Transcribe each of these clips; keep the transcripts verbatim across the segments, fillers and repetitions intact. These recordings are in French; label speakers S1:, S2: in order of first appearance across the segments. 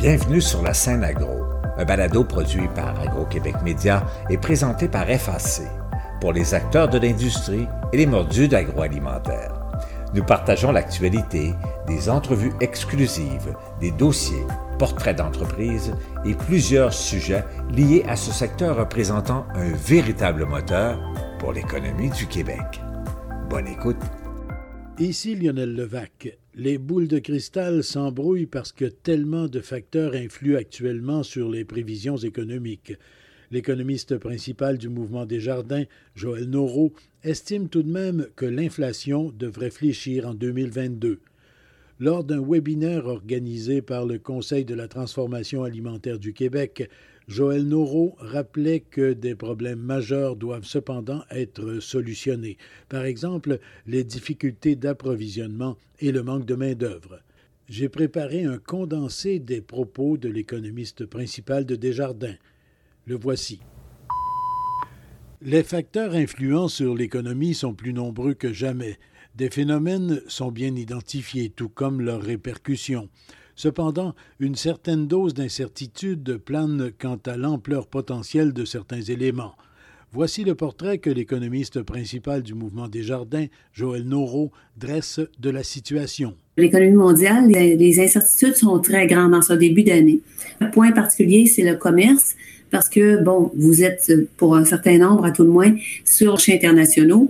S1: Bienvenue sur la scène agro, un balado produit par Agro-Québec Média et présenté par F A C, pour les acteurs de l'industrie et les mordus d'agroalimentaire. Nous partageons l'actualité, des entrevues exclusives, des dossiers, portraits d'entreprises et plusieurs sujets liés à ce secteur représentant un véritable moteur pour l'économie du Québec. Bonne écoute.
S2: Ici Lionel Levac. Les boules de cristal s'embrouillent parce que tellement de facteurs influent actuellement sur les prévisions économiques. L'économiste principal du mouvement Desjardins, Joël Noreau, estime tout de même que l'inflation devrait fléchir en deux mille vingt-deux. Lors d'un webinaire organisé par le Conseil de la transformation alimentaire du Québec, Joël Noreau rappelait que des problèmes majeurs doivent cependant être solutionnés. Par exemple, les difficultés d'approvisionnement et le manque de main-d'œuvre. J'ai préparé un condensé des propos de l'économiste principal de Desjardins. Le voici. Les facteurs influents sur l'économie sont plus nombreux que jamais. Des phénomènes sont bien identifiés, tout comme leurs répercussions. Cependant, une certaine dose d'incertitude plane quant à l'ampleur potentielle de certains éléments. Voici le portrait que l'économiste principal du mouvement Desjardins, Joël Noreau, dresse de la situation.
S3: L'économie mondiale, les incertitudes sont très grandes dans ce début d'année. Un point particulier, c'est le commerce, parce que, bon, vous êtes, pour un certain nombre, à tout le moins, sur les marchés internationaux.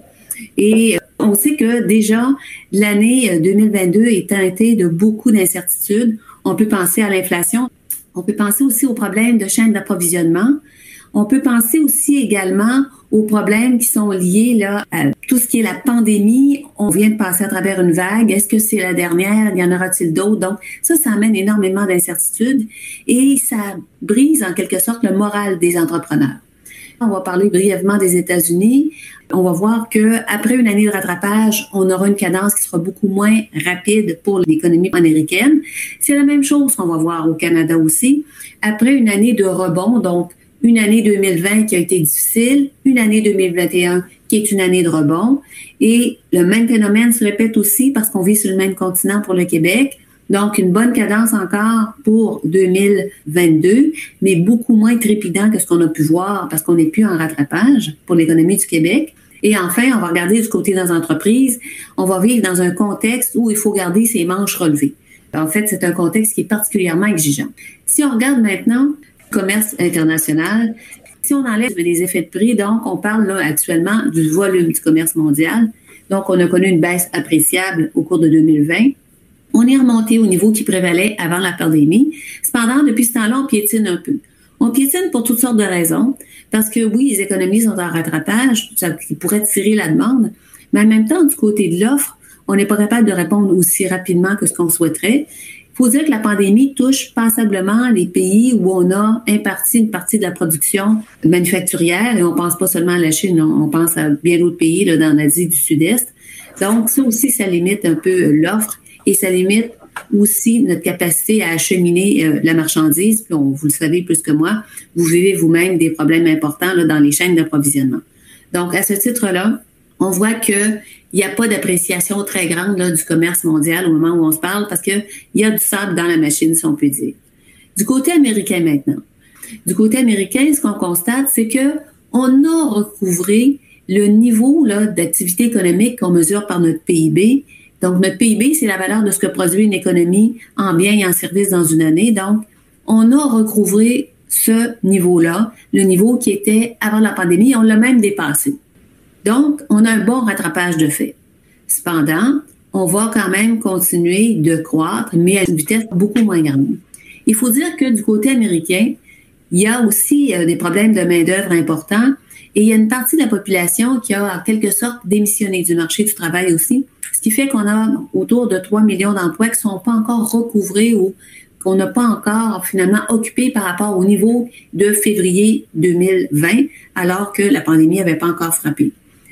S3: Et on sait que déjà, l'année deux mille vingt-deux est teintée de beaucoup d'incertitudes. On peut penser à l'inflation. On peut penser aussi aux problèmes de chaîne d'approvisionnement. On peut penser aussi également aux problèmes qui sont liés là, à tout ce qui est la pandémie. On vient de passer à travers une vague. Est-ce que c'est la dernière? Y en aura-t-il d'autres? Donc, ça, ça amène énormément d'incertitudes et ça brise en quelque sorte le moral des entrepreneurs. On va parler brièvement des États-Unis. On va voir qu'après une année de rattrapage, on aura une cadence qui sera beaucoup moins rapide pour l'économie américaine. C'est la même chose qu'on va voir au Canada aussi. Après une année de rebond, donc une année deux mille vingt qui a été difficile, une année deux mille vingt et un qui est une année de rebond. Et le même phénomène se répète aussi parce qu'on vit sur le même continent pour le Québec. Donc, une bonne cadence encore pour deux mille vingt-deux, mais beaucoup moins trépidant que ce qu'on a pu voir parce qu'on n'est plus en rattrapage pour l'économie du Québec. Et enfin, on va regarder du côté des entreprises. On va vivre dans un contexte où il faut garder ses manches relevées. En fait, c'est un contexte qui est particulièrement exigeant. Si on regarde maintenant le commerce international, si on enlève les effets de prix, donc on parle là actuellement du volume du commerce mondial. Donc, on a connu une baisse appréciable au cours de deux mille vingt. On est remonté au niveau qui prévalait avant la pandémie. Cependant, depuis ce temps-là, on piétine un peu. On piétine pour toutes sortes de raisons. Parce que oui, les économies sont en rattrapage, ça pourrait tirer la demande. Mais en même temps, du côté de l'offre, on n'est pas capable de répondre aussi rapidement que ce qu'on souhaiterait. Il faut dire que la pandémie touche passablement les pays où on a imparti une partie de la production manufacturière. Et on pense pas seulement à la Chine, on pense à bien d'autres pays là, dans l'Asie du Sud-Est. Donc, ça aussi, ça limite un peu l'offre. Et ça limite aussi notre capacité à acheminer euh, la marchandise. Puis on, vous le savez plus que moi, vous vivez vous-même des problèmes importants là, dans les chaînes d'approvisionnement. Donc, à ce titre-là, on voit qu'il n'y a pas d'appréciation très grande là, du commerce mondial au moment où on se parle parce qu'il y a du sable dans la machine, si on peut dire. Du côté américain maintenant. Du côté américain, ce qu'on constate, c'est que on a recouvré le niveau là, d'activité économique qu'on mesure par notre P I B. Donc, notre P I B, c'est la valeur de ce que produit une économie en biens et en services dans une année. Donc, on a recouvré ce niveau-là, le niveau qui était avant la pandémie, on l'a même dépassé. Donc, on a un bon rattrapage de fait. Cependant, on va quand même continuer de croître, mais à une vitesse beaucoup moins grande. Il faut dire que du côté américain, il y a aussi euh, des problèmes de main-d'œuvre importants et il y a une partie de la population qui a en quelque sorte démissionné du marché du travail aussi. Ce qui fait qu'on a autour de trois millions d'emplois qui ne sont pas encore recouvrés ou qu'on n'a pas encore finalement occupés par rapport au niveau de février deux mille vingt, alors que la pandémie n'avait pas encore frappé. Il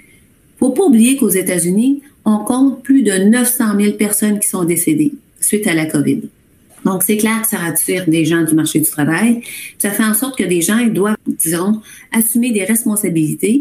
S3: ne faut pas oublier qu'aux États-Unis, on compte plus de neuf cent mille personnes qui sont décédées suite à la COVID. Donc, c'est clair que ça rattire des gens du marché du travail. Ça fait en sorte que des gens ils doivent, disons, assumer des responsabilités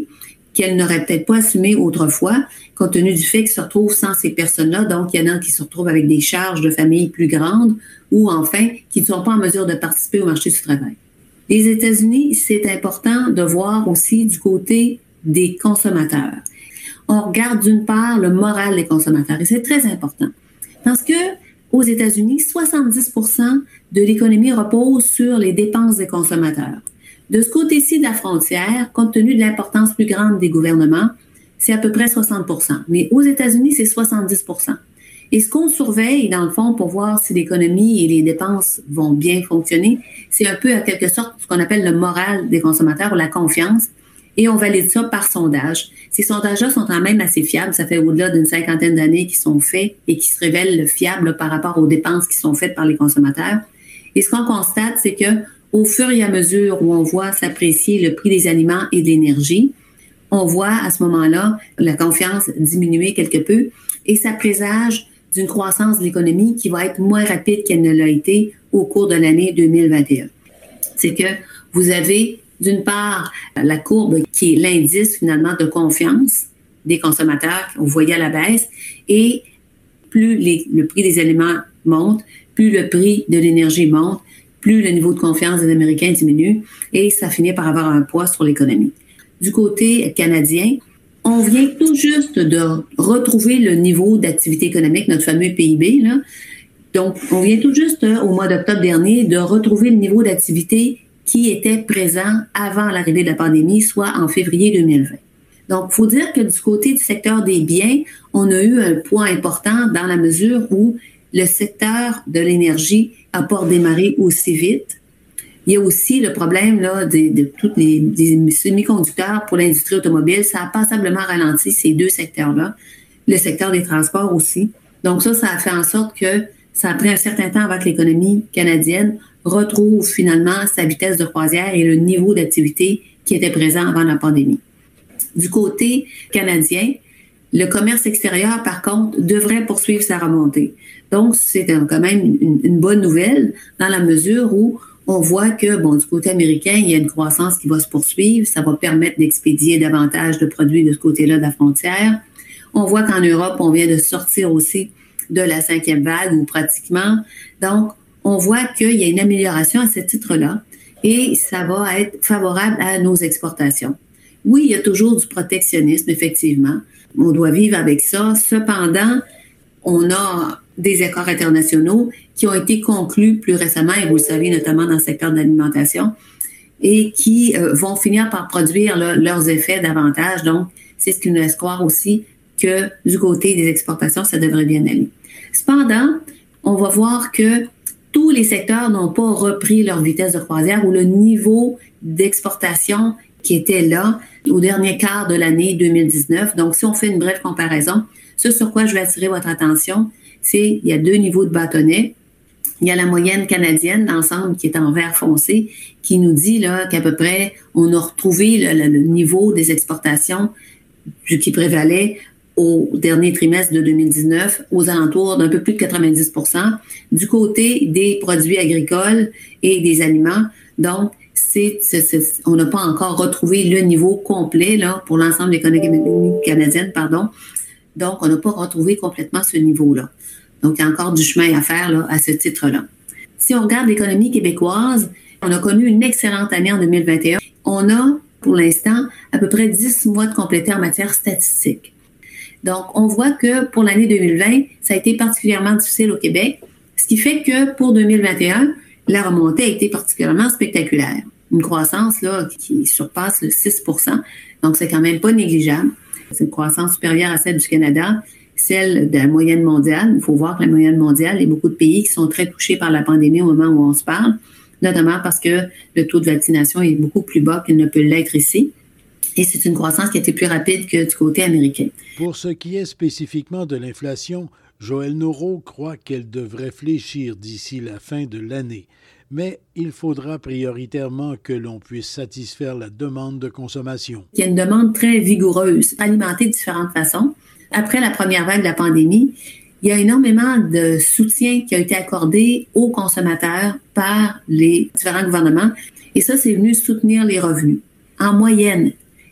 S3: qu'elle n'aurait peut-être pas assumé autrefois, compte tenu du fait qu'ils se retrouvent sans ces personnes-là. Donc, il y en a qui se retrouvent avec des charges de famille plus grandes ou, enfin, qui ne sont pas en mesure de participer au marché du travail. Les États-Unis, c'est important de voir aussi du côté des consommateurs. On regarde d'une part le moral des consommateurs et c'est très important parce que aux États-Unis, soixante-dix pour cent de l'économie repose sur les dépenses des consommateurs. De ce côté-ci de la frontière, compte tenu de l'importance plus grande des gouvernements, c'est à peu près soixante pour cent. Mais aux États-Unis, c'est soixante-dix pour cent. Et ce qu'on surveille, dans le fond, pour voir si l'économie et les dépenses vont bien fonctionner, c'est un peu, en quelque sorte, ce qu'on appelle le moral des consommateurs ou la confiance. Et on valide ça par sondage. Ces sondages-là sont quand même assez fiables. Ça fait au-delà d'une cinquantaine d'années qu'ils sont faits et qui se révèlent fiables par rapport aux dépenses qui sont faites par les consommateurs. Et ce qu'on constate, c'est que au fur et à mesure où on voit s'apprécier le prix des aliments et de l'énergie, on voit à ce moment-là la confiance diminuer quelque peu et ça présage d'une croissance de l'économie qui va être moins rapide qu'elle ne l'a été au cours de l'année deux mille vingt et un. C'est que vous avez d'une part la courbe qui est l'indice finalement de confiance des consommateurs, on voyait à la baisse, et plus les, le prix des aliments monte, plus le prix de l'énergie monte, plus le niveau de confiance des Américains diminue et ça finit par avoir un poids sur l'économie. Du côté canadien, on vient tout juste de retrouver le niveau d'activité économique, notre fameux P I B, là. Donc, on vient tout juste, au mois d'octobre dernier, de retrouver le niveau d'activité qui était présent avant l'arrivée de la pandémie, soit en février deux mille vingt. Donc, il faut dire que du côté du secteur des biens, on a eu un poids important dans la mesure où le secteur de l'énergie n'a pas redémarré aussi vite. Il y a aussi le problème là, de, de tous les des semi-conducteurs pour l'industrie automobile. Ça a passablement ralenti ces deux secteurs-là. Le secteur des transports aussi. Donc ça, ça a fait en sorte que ça a pris un certain temps avant que l'économie canadienne retrouve finalement sa vitesse de croisière et le niveau d'activité qui était présent avant la pandémie. Du côté canadien, le commerce extérieur, par contre, devrait poursuivre sa remontée. Donc, c'est quand même une, une bonne nouvelle dans la mesure où on voit que, bon, du côté américain, il y a une croissance qui va se poursuivre. Ça va permettre d'expédier davantage de produits de ce côté-là de la frontière. On voit qu'en Europe, on vient de sortir aussi de la cinquième vague ou pratiquement. Donc, on voit qu'il y a une amélioration à ce titre-là et ça va être favorable à nos exportations. Oui, il y a toujours du protectionnisme, effectivement. On doit vivre avec ça. Cependant, on a des accords internationaux qui ont été conclus plus récemment, et vous le savez, notamment dans le secteur de l'alimentation, et qui euh, vont finir par produire là, leurs effets davantage. Donc, c'est ce qui nous laisse croire aussi que du côté des exportations, ça devrait bien aller. Cependant, on va voir que tous les secteurs n'ont pas repris leur vitesse de croisière ou le niveau d'exportation qui était là au dernier quart de l'année deux mille dix-neuf. Donc, si on fait une brève comparaison, ce sur quoi je vais attirer votre attention, c'est qu'il y a deux niveaux de bâtonnets. Il y a la moyenne canadienne, l'ensemble qui est en vert foncé, qui nous dit là qu'à peu près, on a retrouvé le, le, le niveau des exportations qui prévalait au dernier trimestre de deux mille dix-neuf, aux alentours d'un peu plus de quatre-vingt-dix pour cent, du côté des produits agricoles et des aliments. Donc, c'est, c'est, c'est, on n'a pas encore retrouvé le niveau complet là, pour l'ensemble de l'économie canadienne, pardon. Donc, on n'a pas retrouvé complètement ce niveau-là. Donc, il y a encore du chemin à faire là, à ce titre-là. Si on regarde l'économie québécoise, on a connu une excellente année en deux mille vingt et un. On a, pour l'instant, à peu près dix mois de complétés en matière statistique. Donc, on voit que pour l'année deux mille vingt, ça a été particulièrement difficile au Québec, ce qui fait que pour deux mille vingt et un, la remontée a été particulièrement spectaculaire. Une croissance là qui surpasse le six pour cent, donc c'est quand même pas négligeable. C'est une croissance supérieure à celle du Canada, celle de la moyenne mondiale. Il faut voir que la moyenne mondiale, il y a beaucoup de pays qui sont très touchés par la pandémie au moment où on se parle, notamment parce que le taux de vaccination est beaucoup plus bas qu'il ne peut l'être ici. Et c'est une croissance qui a été plus rapide que du côté américain.
S2: Pour ce qui est spécifiquement de l'inflation, Joël Noreau croit qu'elle devrait fléchir d'ici la fin de l'année. Mais il faudra prioritairement que l'on puisse satisfaire la demande de consommation.
S3: Il y a une demande très vigoureuse, alimentée de différentes façons. Après la première vague de la pandémie, il y a énormément de soutien qui a été accordé aux consommateurs par les différents gouvernements. Et ça, c'est venu soutenir les revenus. En moyenne,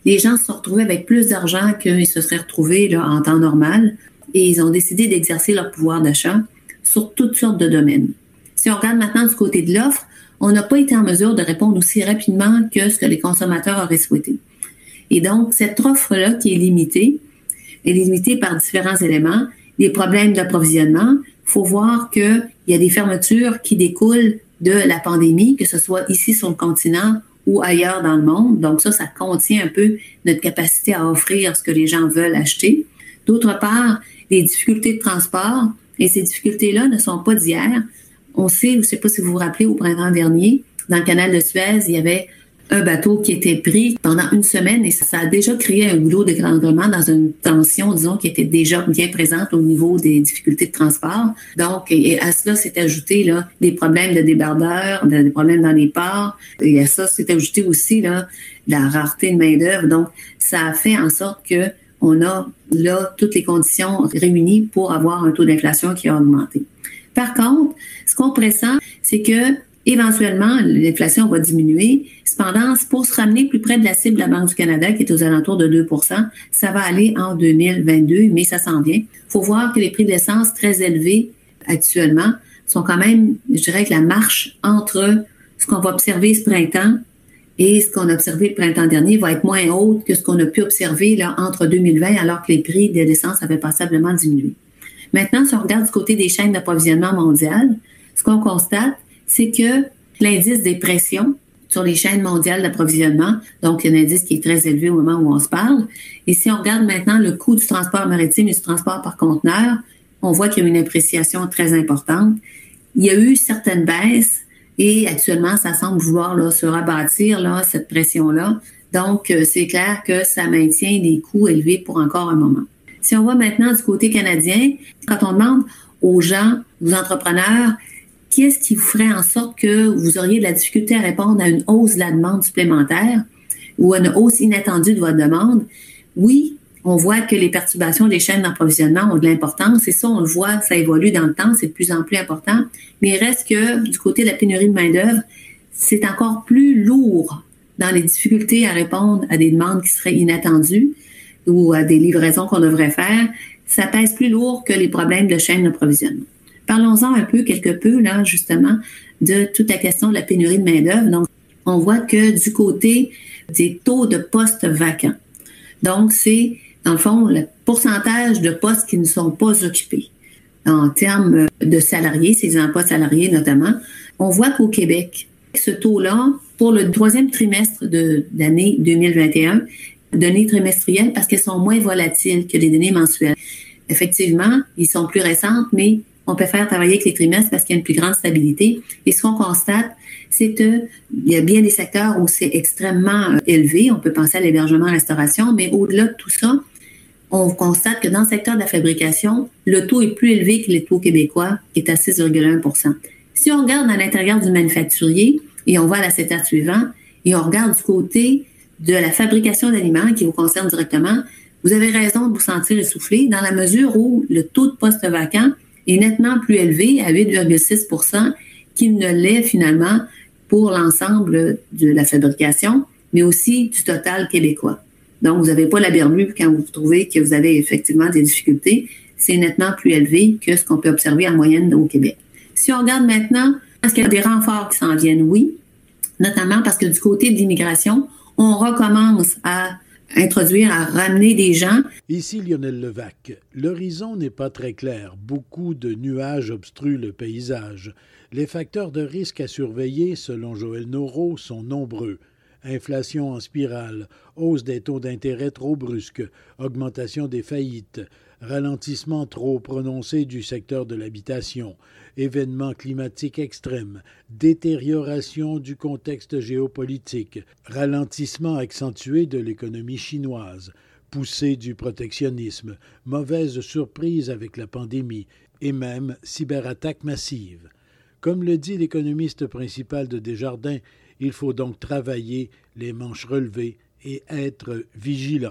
S3: les gens se sont retrouvés avec plus d'argent qu'ils se seraient retrouvés là, en temps normal et ils ont décidé d'exercer leur pouvoir d'achat sur toutes sortes de domaines. Si on regarde maintenant du côté de l'offre, on n'a pas été en mesure de répondre aussi rapidement que ce que les consommateurs auraient souhaité. Et donc, cette offre-là qui est limitée, est limitée par différents éléments, les problèmes d'approvisionnement. Il faut voir qu'il y a des fermetures qui découlent de la pandémie, que ce soit ici sur le continent ou ailleurs dans le monde. Donc ça, ça contient un peu notre capacité à offrir ce que les gens veulent acheter. D'autre part, les difficultés de transport, et ces difficultés-là ne sont pas d'hier. On sait, je ne sais pas si vous vous rappelez, au printemps dernier, dans le canal de Suez, il y avait un bateau qui était pris pendant une semaine et ça, ça a déjà créé un goulot d'étranglement dans une tension, disons, qui était déjà bien présente au niveau des difficultés de transport. Donc, et à cela s'est ajouté là, des problèmes de débardeurs, des problèmes dans les ports. Et à ça s'est ajouté aussi là, la rareté de main-d'œuvre. Donc, ça a fait en sorte que on a là toutes les conditions réunies pour avoir un taux d'inflation qui a augmenté. Par contre, ce qu'on pressent, c'est que éventuellement, l'inflation va diminuer. Cependant, pour se ramener plus près de la cible de la Banque du Canada, qui est aux alentours de deux pour cent, ça va aller en deux mille vingt-deux, mais ça s'en vient. Il faut voir que les prix de l'essence très élevés actuellement sont quand même, je dirais que la marche entre ce qu'on va observer ce printemps et ce qu'on a observé le printemps dernier va être moins haute que ce qu'on a pu observer là, entre deux mille vingt, alors que les prix de l'essence avaient passablement diminué. Maintenant, si on regarde du côté des chaînes d'approvisionnement mondiales, ce qu'on constate, c'est que l'indice des pressions sur les chaînes mondiales d'approvisionnement, donc un indice qui est très élevé au moment où on se parle, et si on regarde maintenant le coût du transport maritime et du transport par conteneur, on voit qu'il y a une appréciation très importante. Il y a eu certaines baisses et actuellement, ça semble vouloir là, se rabattre, là, cette pression-là. Donc, c'est clair que ça maintient les coûts élevés pour encore un moment. Si on voit maintenant du côté canadien, quand on demande aux gens, aux entrepreneurs, qu'est-ce qui vous ferait en sorte que vous auriez de la difficulté à répondre à une hausse de la demande supplémentaire ou à une hausse inattendue de votre demande? Oui, on voit que les perturbations des chaînes d'approvisionnement ont de l'importance et ça, on le voit, ça évolue dans le temps, c'est de plus en plus important. Mais il reste que du côté de la pénurie de main-d'œuvre, c'est encore plus lourd dans les difficultés à répondre à des demandes qui seraient inattendues ou à des livraisons qu'on devrait faire. Ça pèse plus lourd que les problèmes de chaîne d'approvisionnement. Parlons-en un peu, quelque peu, là, justement, de toute la question de la pénurie de main-d'œuvre. Donc, on voit que du côté des taux de postes vacants, donc c'est, dans le fond, le pourcentage de postes qui ne sont pas occupés en termes de salariés, ces emplois salariés notamment, on voit qu'au Québec, ce taux-là, pour le troisième trimestre de l'année deux mille vingt et un, données trimestrielles parce qu'elles sont moins volatiles que les données mensuelles. Effectivement, ils sont plus récentes, mais on peut faire travailler avec les trimestres parce qu'il y a une plus grande stabilité. Et ce qu'on constate, c'est qu'il y a bien des secteurs où c'est extrêmement élevé. On peut penser à l'hébergement-restauration, mais au-delà de tout ça, on constate que dans le secteur de la fabrication, le taux est plus élevé que le taux québécois, qui est à six virgule un pour cent. Si on regarde à l'intérieur du manufacturier, et on va à l'acétate suivant, et on regarde du côté de la fabrication d'aliments qui vous concerne directement, vous avez raison de vous sentir essoufflé dans la mesure où le taux de postes vacants est nettement plus élevé à huit virgule six pour cent qu'il ne l'est finalement pour l'ensemble de la fabrication, mais aussi du total québécois. Donc, vous n'avez pas la berlue quand vous trouvez que vous avez effectivement des difficultés. C'est nettement plus élevé que ce qu'on peut observer en moyenne au Québec. Si on regarde maintenant, est-ce qu'il y a des renforts qui s'en viennent? Oui, notamment parce que du côté de l'immigration, on recommence à introduire, à ramener des gens.
S2: Ici Lionel Levac. L'horizon n'est pas très clair. Beaucoup de nuages obstruent le paysage. Les facteurs de risque à surveiller, selon Joël Noreau, sont nombreux. Inflation en spirale, hausse des taux d'intérêt trop brusque, augmentation des faillites, ralentissement trop prononcé du secteur de l'habitation, événements climatiques extrêmes, détérioration du contexte géopolitique, ralentissement accentué de l'économie chinoise, poussée du protectionnisme, mauvaise surprise avec la pandémie et même cyberattaque massive. Comme le dit l'économiste principal de Desjardins, il faut donc travailler les manches relevées et être vigilant.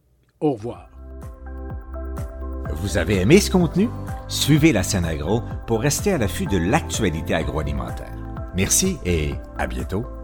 S2: Au revoir.
S1: Vous avez aimé ce contenu? Suivez la Scène Agro pour rester à l'affût de l'actualité agroalimentaire. Merci et à bientôt.